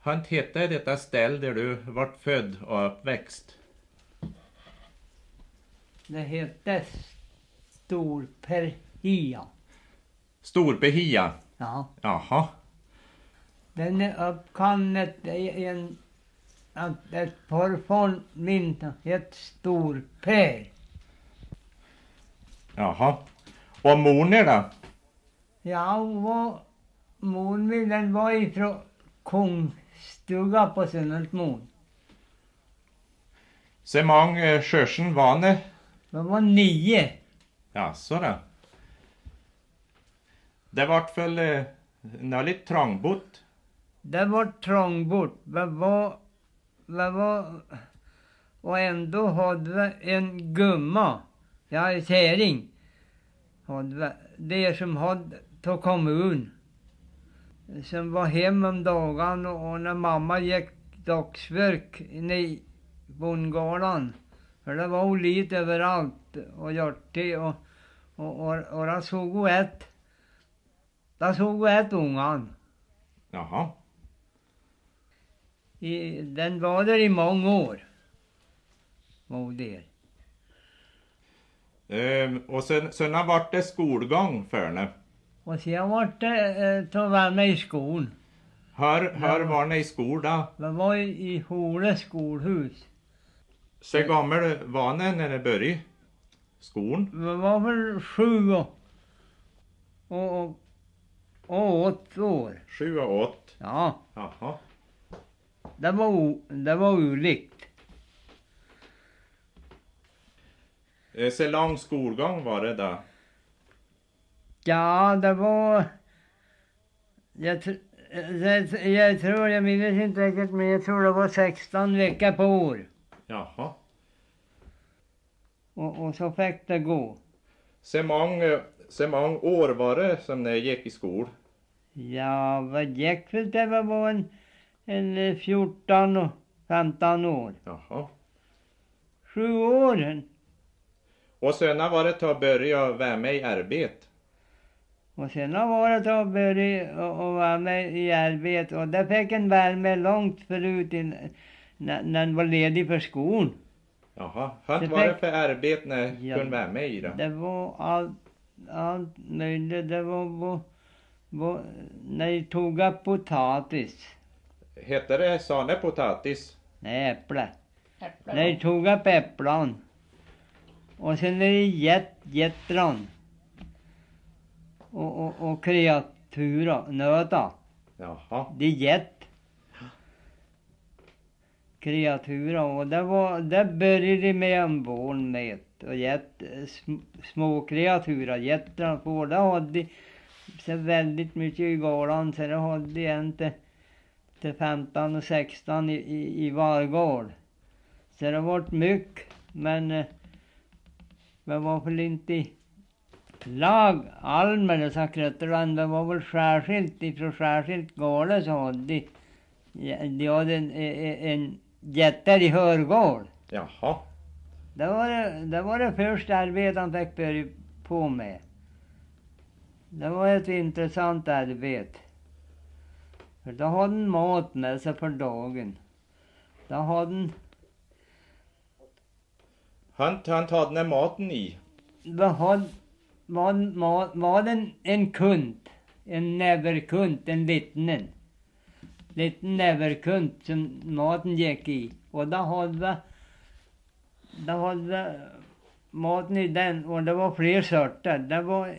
Han hette detta ställ där du vart född och uppväxt? Det hette Storperhia. Storpehia? Ja. Jaha. Den är uppkallat ett parfond min hette Storper. Jaha. Och morner då? Ja, mor den var ifrån Kungstuga på Sunnelsmon. Så många skörsen var det? Det var 9. Ja, så då. Det vart väl lite trångbott? Det var trångbott. Det var och ändå hade vi en gumma. Ja, en käring. Det som hade till kommun. Som var hem om dagen och när mamma gick dagsverk inne i bondgården. För det var lite överallt och gjort det och där såg hon ett. Där såg hon ett ungan. Jaha. Den var där i många år. Moder. Och sen har varit det skolgång för henne. Och sen var det att vara med i skolan. Hör var ni i skol då? Det var i Hole skolhus. Så gammal var ni när det började skolan? Det var väl 7 och 8 år. 7 och 8. Ja, Jaha. det var olikt. Så lång skolgång var det då? Ja, det var... Jag tror, jag minns inte riktigt, men jag tror det var 16 veckor på år. Jaha. Och så fick det gå. Så många år var det som ni gick i skol? Ja, vad gick väl det var en 14 och 15 år. Jaha. 7 år. Och sen var det att börja vara med i arbete? Och sen var det att börja och vara med i arbete. Och det fick en värme långt förut när den var ledig för skolan. Jaha. Vad var det för arbete när kunde vara med i då? Det var allt möjligt. Det var när jag tog upp potatis. Hette det såna potatis? Nej, äpple. När jag tog upp äpplen. Och sen är det jättran. Och kreatura, nöta. Jaha. Det är kreatura och det började med en barn med och små kreatura, jättran på. Det hade så väldigt mycket i gården så det hade en till 15 och 16 i var gård. Så det var mycket, men det var väl inte lag allmänna sakreterna, det var väl särskilt gården så hade de hade en jätter i hörgård. Jaha. Det var det första arbetet han fick börja på med. Det var ett intressant arbete. För då hade han mat med sig för dagen. Då hade Han hade den maten i? Var det en kund, en näverkund, en liten näverkund som maten gick i. Och då hade vi maten i den och det var fler sorter. Det var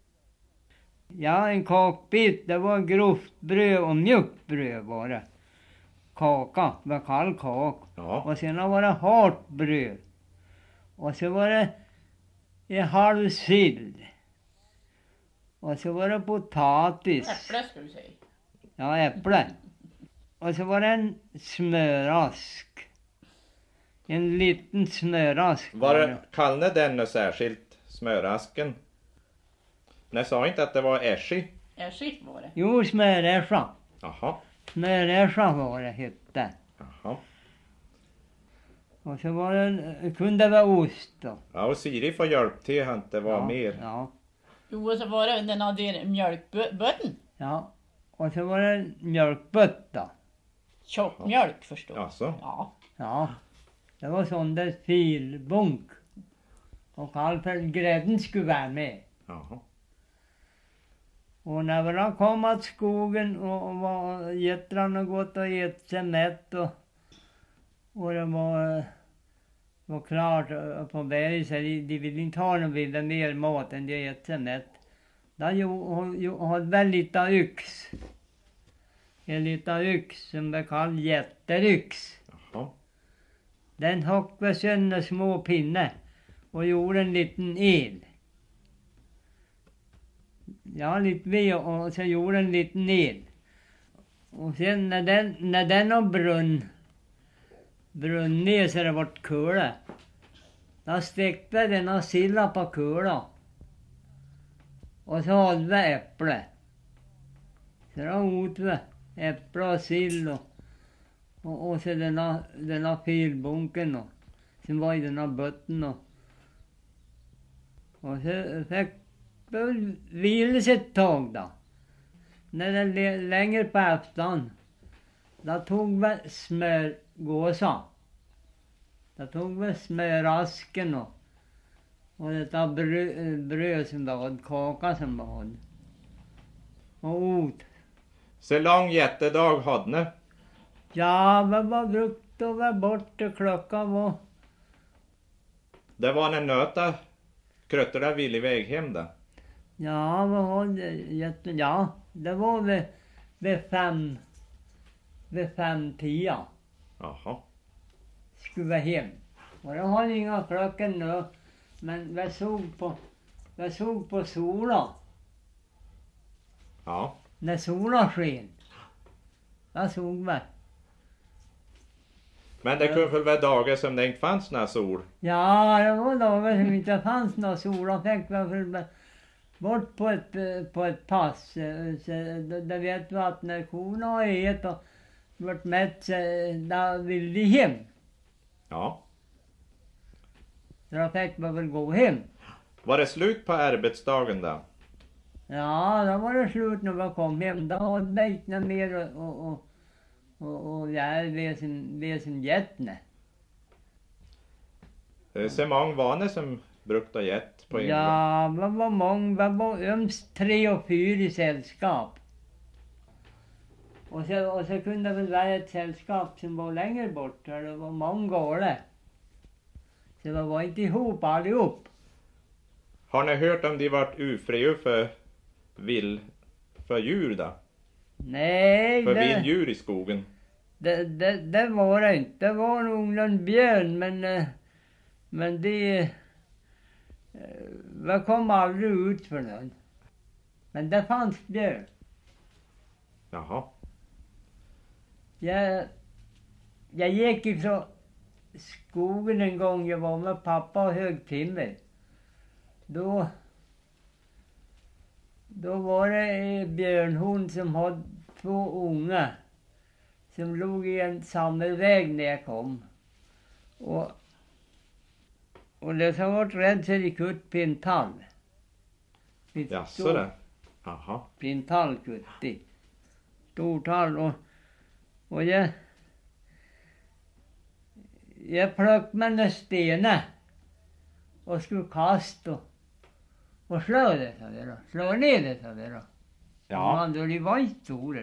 en kakbit, det var grovt bröd och mjukt bröd var det. Kaka, det var kall kak. Ja. Och sen var det hårt bröd. Och så var det en halv sill. Och så var det potatis. Äpple ska du säga. Ja, äpple. Och så var det en smörask. En liten smörask. Kallade den något särskilt, smörasken? Nej, sa inte att det var äschi? Äschi var det. Jo, smöräscha. Jaha. Smöräscha var det hette. Jaha. Och så var det, kunde vara ost då. Ja, och Siri får hjälp till han inte var mer. Ja. Jo, och så var det den hade mjölkbötten. Ja. Och så var det mjölkbötta. Tjockmjölk förstår. Alltså. Ja. Ja, det var sån där filbunk. Och Alfred grädden skulle vara med. Jaha. Och när vi då kom till skogen och var gettrarna gått och ätit sig mätt och det var klart på berget så de ville inte ha någon vidare mer mat än de ätit sig mätt. Då hade väl lite yx. En liten yx som vi kallar jätteryx. Jaha. Den hockade sönder små pinnar och gjorde en liten el. Ja, lite ved och så gjorde en liten el. Och sen när den har brunn ner så det vart kula. Då stekte den och silla på kula. Och så hade vi äpple. Så då åt vi äpple och sill och så denna filbunken och sen var i denna botten och så fick vi vila sig ett tag då. När det längre på afton då tog vi smörgåsa. Då tog vi smörasken och detta bröd som vi hade, kaka som vi hade. Och åt. Så lång jättedag hade ni? Ja, vi var brukt och var borta klockan var. Det var en nöta krötter där vill iväg hem då? Ja, vi hade ja, det var vid 5:10. Jaha. Skulle vi hem. Och då hade inga klockan nu. Men vi såg på solen. Ja. När solen sken. Då såg vi. Men det kunde väl vara dagar som det inte fanns några sol? Ja, det var dagar som inte fanns några sol. Då fick vi bort på ett pass. Så då vet vi att när korna har ätit och varit mätt så då vill de hem. Ja. Så då fick vi väl gå hem. Var det slut på arbetsdagen då? Ja, då var det slut när vi kom hem. Då hade vi inte mer och det som jättne. Så många var det som brukade gett på en gång? Ja, vi var många. Vi var ömst 3 och 4 i sällskap. Och så kunde det väl vara ett sällskap som var längre bort. Det var många gårdar. Så vi var inte ihop allihop. Har ni hört om de varit ufria för djur då? Nej, För vilddjur i skogen? det var det inte. Det var nog någon björn men det vi kom aldrig ut för någon. Men det fanns björn. Jaha. Jag gick ifrån skogen en gång. Jag var med pappa och högg timmer. Då var det björnhund som hade 2 unga som låg i en sammelväg när jag kom. Och det som var rädd så de kutt på en tall. Jaså det? Jaha. På en tall kutt. Stor tall och jag plockade med en stenar och skulle kasta och slå det så där. Slå ner det så där. Ja. Då de var inte stora.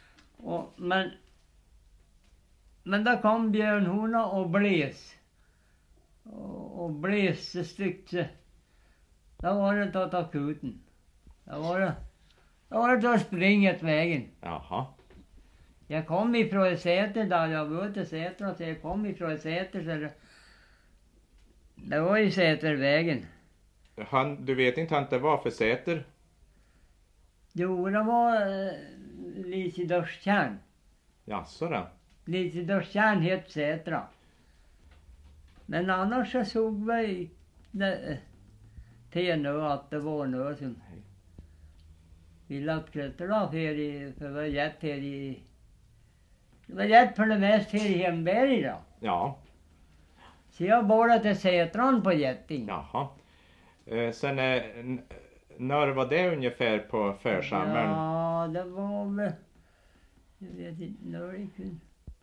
Men då kom björnhona och bläs. Och bläs så styggt så. Då var det att ta kuten. Då var det att springa ett vägen. Jaha. Jag kom ifrån Säter då. Jag var ute i Säter och så jag kom ifrån Säter så det var ju Sätervägen. Du vet inte han det var för säter? Jo, det var Lisedörstjärn. Jaså då? Lisedörstjärn het Sätra. Men annars så såg vi till nu att det var nu som ville att krötter då för vi gett här i det var gett för det mest här i Hemberg då. Ja. Så jag bara till Sätran på getting. Jaha. Sen när var det ungefär på försommaren? Ja, det var väl jag vet inte när det kunde.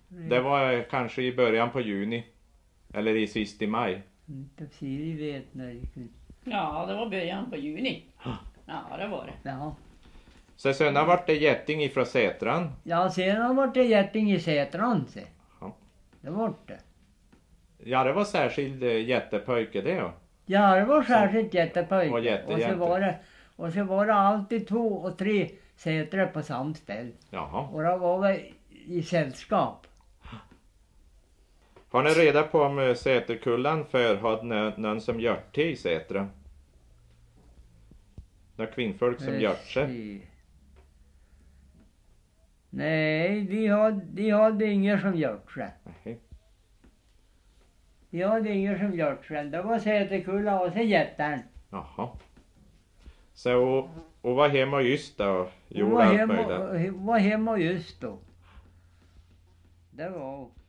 Det var kanske i början på juni. Eller i sist i maj. Inte Siri vet när det gick ut. Ja, det var början på juni. Ja, det var det. Ja. Så sen har varit det geting ifrån Sätran. Ja, sen har varit det geting i Sätran. Ja. Det var det. Ja, det var särskild jättepöjke det ja. Ja, det var särskilt jättepöjk. Och jätte. Och så var det alltid 2 och 3 sätare på samma ställe. Jaha. Och då var vi i sällskap. Har ni reda på om Säterkullan för hade någon som gjort det i Sätra? Några kvinnfolk som gjort sig? Nej, de hade ingen som gjort sig. Nej. De hade ingen som gjort sig. Det var Säterkulla och så jättaren. Jaha. Så och var hemma just då och Hon gjorde allt möjligt. var hemma just då. Det var